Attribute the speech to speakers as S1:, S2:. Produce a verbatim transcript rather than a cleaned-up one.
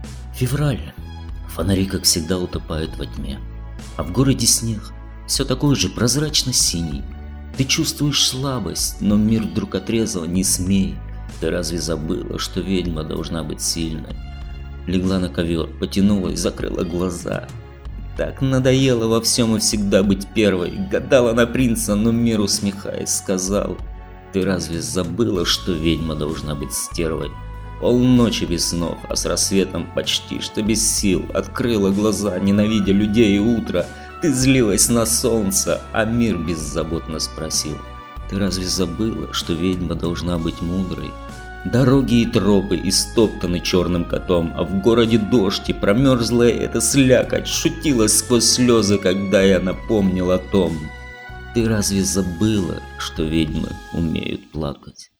S1: Февраль. Фонари, как всегда, утопают во тьме. А в городе снег, все такой же прозрачно-синий. Ты чувствуешь слабость, но мир вдруг отрезал: не смей. Ты разве забыла, что ведьма должна быть сильной? Легла на ковер, потянулась, закрыла глаза. Так надоело во всем и всегда быть первой. Гадала на принца, но мир, усмехаясь, сказал: ты разве забыла, что ведьма должна быть стервой? Полночи без снов, а с рассветом почти что без сил. Открыла глаза, ненавидя людей и утро. Ты злилась на солнце, а мир беззаботно спросил: ты разве забыла, что ведьма должна быть мудрой? Дороги и тропы истоптаны черным котом, а в городе дождь и промерзлая эта слякоть шутилась сквозь слезы, когда я напомнил о том. Ты разве забыла, что ведьмы умеют плакать?